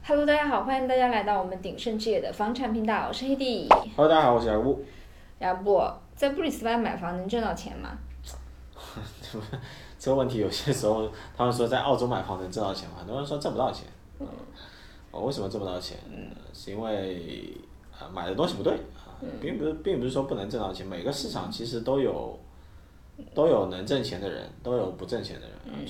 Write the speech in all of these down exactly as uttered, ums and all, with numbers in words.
Hello，大家好，欢迎大家来到我们鼎盛置业的房产频道，我是黑弟。 Hello，大家好，我是雅布。 雅布，在布里斯班买房能挣到钱吗？ 这个问题有些时候他们说在澳洲买房能挣到钱吗？很多人说挣不到钱。嗯，我为什么挣不到钱？嗯，是因为啊、呃、买的东西不对啊，并不是并不是说不能挣到钱，每个市场其实都有都有能挣钱的人，都有不挣钱的人。嗯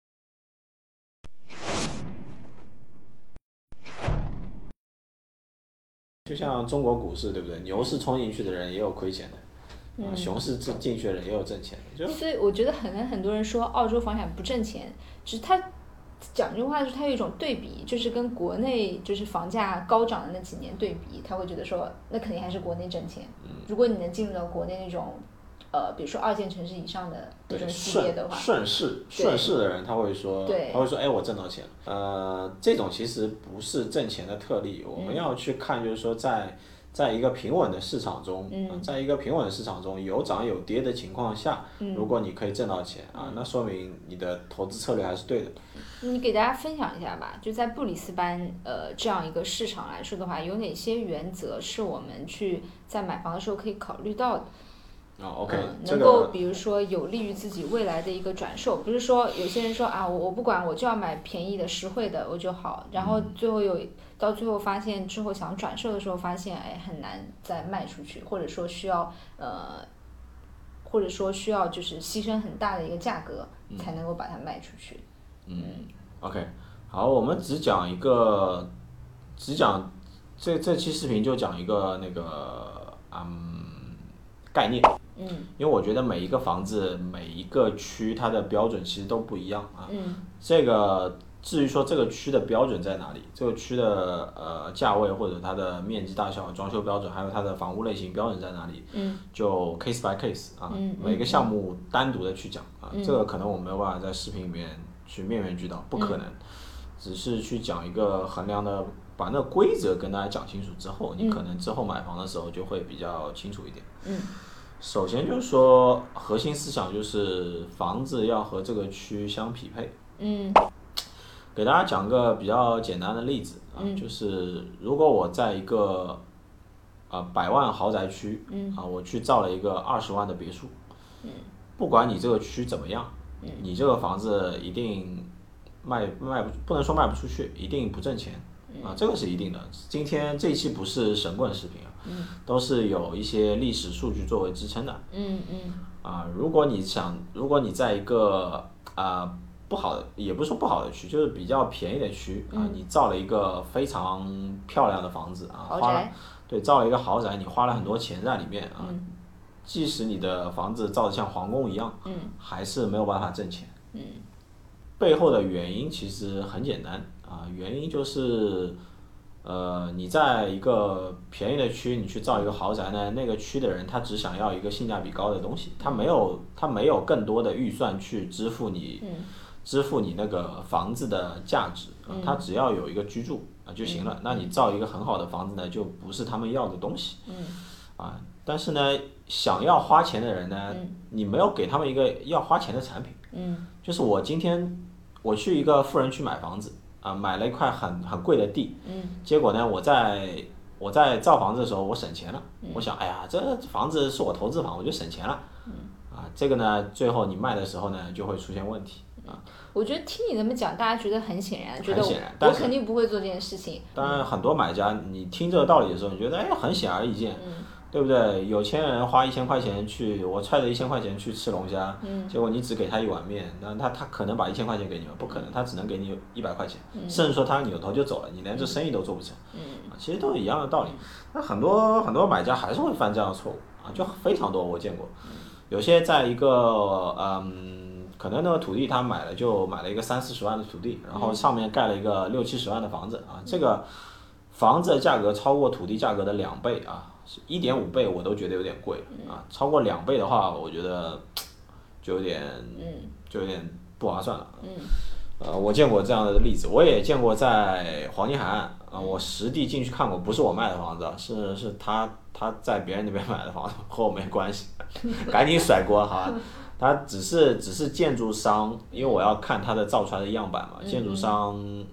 就像中国股市，对不对？牛市冲进去的人也有亏钱的，啊，熊市进进去的人也有挣钱的。就所以我觉得很很多人说澳洲房产不挣钱，只是他讲这句话就是他有一种对比，就是跟国内就是房价高涨的那几年对比，他会觉得说那肯定还是国内挣钱。如果你能进入到国内那种呃，比如说二线城市以上的那种系列的话， 顺势顺势的人他会说， 对他会说，哎，我挣到钱了。呃，这种其实不是挣钱的特例，我们要去看，就是说在在一个平稳的市场中， 嗯呃在一个平稳的市场中有涨有跌的情况下， 嗯如果你可以挣到钱啊，那说明你的投资策略还是对的。 你给大家分享一下吧，就在布里斯班呃这样一个市场来说的话，有哪些原则是我们去在买房的时候可以考虑到的？ 哦，OK， 嗯， 这能够个比如说有利于自己未来的一个转售，不是说有些人说啊，我我不管，我就要买便宜的、实惠的我就好，然后最后有到最后发现之后想转售的时候发现，哎，很难再卖出去，或者说需要呃，或者说需要就是牺牲很大的一个价格才能够把它卖出去。 嗯，OK，好，我们只讲一个，只讲这这期视频就讲一个那个嗯概念。 嗯因为我觉得每一个房子每一个区它的标准其实都不一样啊。 嗯这个至于说这个区的标准在哪里，这个区的呃价位或者它的面积大小、装修标准，还有它的房屋类型标准在哪里， 嗯就 case by case 啊， 嗯每个项目单独的去讲啊，这个可能我没有办法在视频里面去面面俱到，不可能，只是去讲一个衡量的，把那个规则跟大家讲清楚之后，你可能之后买房的时候就会比较清楚一点。 嗯首先就是说，核心思想就是房子要和这个区相匹配。 嗯给大家讲个比较简单的例子啊，就是如果我在一个呃百万豪宅区，啊，我去造了一个二十万的别墅，不管你这个区怎么样，你这个房子一定卖卖不不能说卖不出去，一定不挣钱。啊，这个是一定的。今天这一期不是神棍视频啊，都是有一些历史数据作为支撑的。 嗯嗯啊，如果你想，如果你在一个啊、不好的，也不是说不好的区，就是比较便宜的区啊，你造了一个非常漂亮的房子啊， 豪花了宅， 对，造了一个豪宅，你花了很多钱在里面啊，即使你的房子造的像皇宫一样， 嗯还是没有办法挣钱。 嗯背后的原因其实很简单啊，原因就是，呃，你在一个便宜的区，你去造一个豪宅呢，那个区的人他只想要一个性价比高的东西，他没有他没有更多的预算去支付你，支付你那个房子的价值，啊他只要有一个居住啊就行了。那你造一个很好的房子呢，就不是他们要的东西。啊，但是呢，想要花钱的人呢，你没有给他们一个要花钱的产品。 嗯就是我今天我去一个富人区买房子啊，买了一块很很贵的地，结果呢，我在我在造房子的时候我省钱了，我想，哎呀，这房子是我投资房，我就省钱了，啊，这个呢，最后你卖的时候呢，就会出现问题啊。 我觉得听你这么讲，大家觉得很显然，觉得很显然我但是我肯定不会做这件事情。 当然，很多买家你听这个道理的时候，你觉得哎很显而易见，对不对？有钱人花一千块钱去，我揣着一千块钱去吃龙虾，结果你只给他一碗面，那他他可能把一千块钱给你吗？不可能，他只能给你一百块钱，甚至说他扭头就走了，你连这生意都做不成。啊，其实都是一样的道理。那很多很多买家还是会犯这样的错误啊，就非常多，我见过。有些在一个嗯，可能那个土地他买了就买了一个三四十万的土地，然后上面盖了一个六七十万的房子啊，这个房子的价格超过土地价格的两倍啊，一点五倍我都觉得有点贵啊，超过两倍的话，我觉得就有点就有点不划算了。呃，我见过这样的例子，我也见过在黄金海岸啊，我实地进去看过，不是我卖的房子，是是他他在别人那边买的房子，和我没关系，赶紧甩锅好吧。他只是只是建筑商，因为我要看他的造出来的样板嘛，建筑商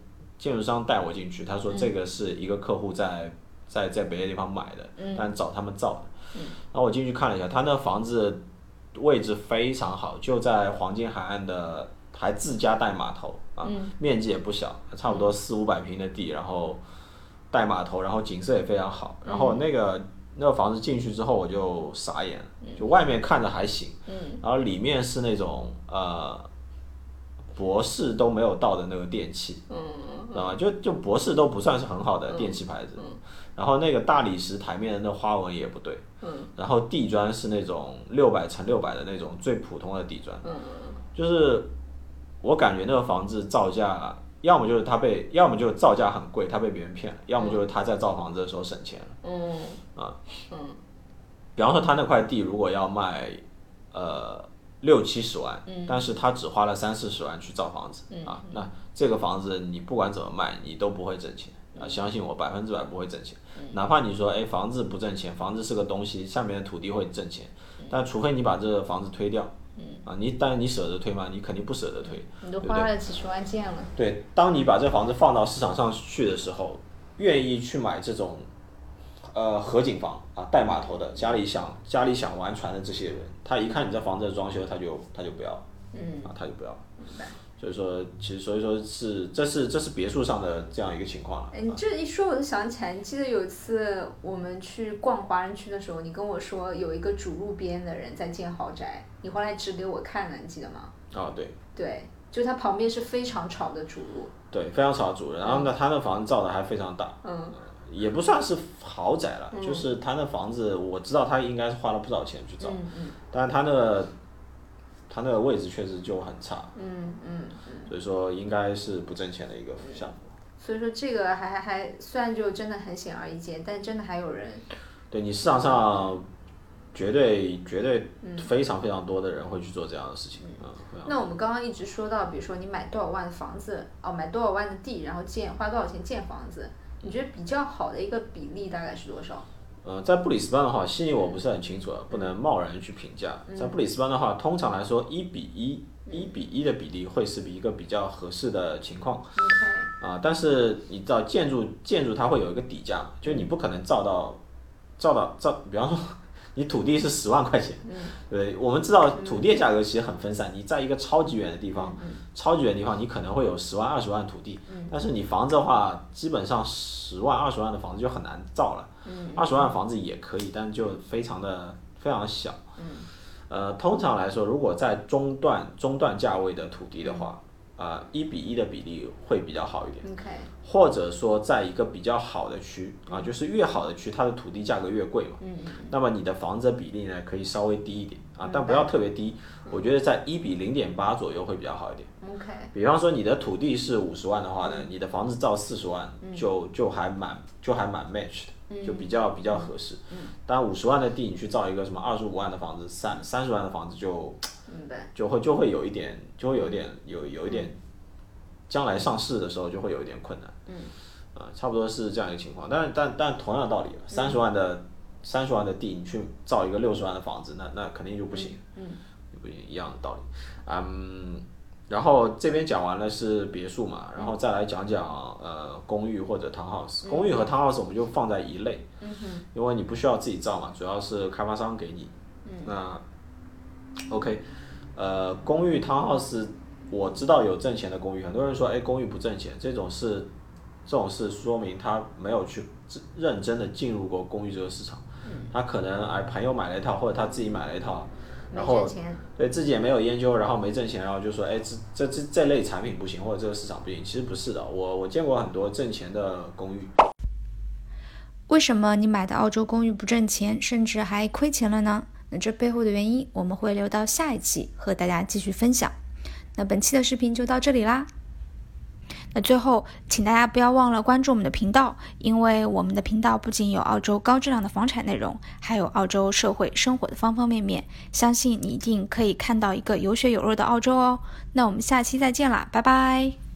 建筑商带我进去，他说这个是一个客户在在在别的地方买的，嗯、但找他们造的。嗯、然后我进去看了一下，他那房子位置非常好，就在黄金海岸的，还自家带码头啊，嗯、面积也不小，差不多四五百平的地，然后带码头，然后景色也非常好。然后那个、嗯、那个房子进去之后我就傻眼了，就外面看着还行，嗯、然后里面是那种呃博士都没有到的那个电器，嗯、知道吗？就就博士都不算是很好的电器牌子。嗯嗯然后那个大理石台面的那花纹也不对，嗯、然后地砖是那种六百乘六百的那种最普通的地砖，嗯、就是我感觉那个房子造价，要么就是他被，要么就是造价很贵，他被别人骗了，要么就是他在造房子的时候省钱了，嗯、啊，嗯、比方说他那块地如果要卖，呃六七十万，嗯、但是他只花了三四十万去造房子，嗯、啊，那这个房子你不管怎么卖，你都不会挣钱。啊，相信我，百分之百不会挣钱。嗯、哪怕你说，哎，房子不挣钱，房子是个东西，下面的土地会挣钱，嗯、但除非你把这个房子推掉，嗯、啊，你但你舍得推吗？你肯定不舍得推。 你都花了几十万建了。 对，当你把这房子放到市场上去的时候，愿意去买这种，呃，河景房啊，带码头的，家里想家里想玩船的这些人，他一看你这房子的装修，他就他就不要，嗯，啊，他就不要。明白。所以说，其实所以说是这是这是别墅上的这样一个情况了。 哎，你这一说我就想起来，你记得有一次我们去逛华人区的时候，你跟我说有一个主路边的人在建豪宅，你后来指给我看了，你记得吗？ 啊，对。 对，就它旁边是非常潮的主路。 对，非常潮的主路，然后呢，他那房子造的还非常大。嗯。也不算是豪宅了，嗯、就是他那房子，我知道他应该是花了不少钱去造，嗯嗯、但是他那个。它那个位置确实就很差，嗯嗯嗯，所以说应该是不挣钱的一个项目。 所以说这个还还还虽然就真的很显而易见，但真的还有人。 对你市场上绝对绝对非常非常多的人会去做这样的事情啊。嗯、 那我们刚刚一直说到，比如说你买多少万的房子，哦，买多少万的地，然后建花多少钱建房子，你觉得比较好的一个比例大概是多少？ 呃，在布里斯班的话，悉尼我不是很清楚，不能贸然去评价。在布里斯班的话，通常来说一比一，一比一的比例会是一个比较合适的情况。 Okay. 啊，但是你知道建筑建筑它会有一个底价，就你不可能造到造到造，比方说你土地是十万块钱，嗯、对，我们知道土地的价格其实很分散，你在一个超级远的地方，嗯、超级远的地方你可能会有十万二十万土地，嗯、但是你房子的话，基本上十万二十万的房子就很难造了。二十万房子也可以，但就非常的非常小。嗯、呃，通常来说，如果在中段中段价位的土地的话，啊、呃，一比一的比例会比较好一点。 Okay. 或者说，在一个比较好的区啊，就是越好的区，它的土地价格越贵嘛。嗯、那么你的房子的比例呢，可以稍微低一点啊，但不要特别低。嗯、我觉得在一比零点八左右会比较好一点。 Okay. 比方说你的土地是五十万的话呢，你的房子造四十万，就就还蛮就还蛮 match 的。就比较比较合适，嗯、但五十万的地你去造一个什么二十五万的房子，三三十万的房子就，就会就会有一点，就会有一点有有一点，将来上市的时候就会有一点困难，嗯，啊、呃，差不多是这样一个情况，但但但同样的道理，三十万的三十万的地你去造一个六十万的房子，那那肯定就不行，嗯，就不行，一样的道理，嗯。然后这边讲完了是别墅嘛，然后再来讲讲呃公寓或者 townhouse。公寓和 townhouse 我们就放在一类，嗯、因为你不需要自己造嘛，主要是开发商给你。嗯、那 OK， 呃，公寓 townhouse 我知道有挣钱的公寓，很多人说哎公寓不挣钱，这种是这种是说明他没有去认真的进入过公寓这个市场，嗯、他可能哎朋友买了一套或者他自己买了一套。然后对自己也没有研究，然后没挣钱，然后就说，哎，这这这这类产品不行，或者这个市场不行。其实不是的，我我见过很多挣钱的公寓。 为什么你买的澳洲公寓不挣钱，甚至还亏钱了呢？那这背后的原因，我们会留到下一期和大家继续分享。那本期的视频就到这里啦。那最后，请大家不要忘了关注我们的频道，因为我们的频道不仅有澳洲高质量的房产内容，还有澳洲社会生活的方方面面，相信你一定可以看到一个有血有肉的澳洲哦。那我们下期再见啦，拜拜。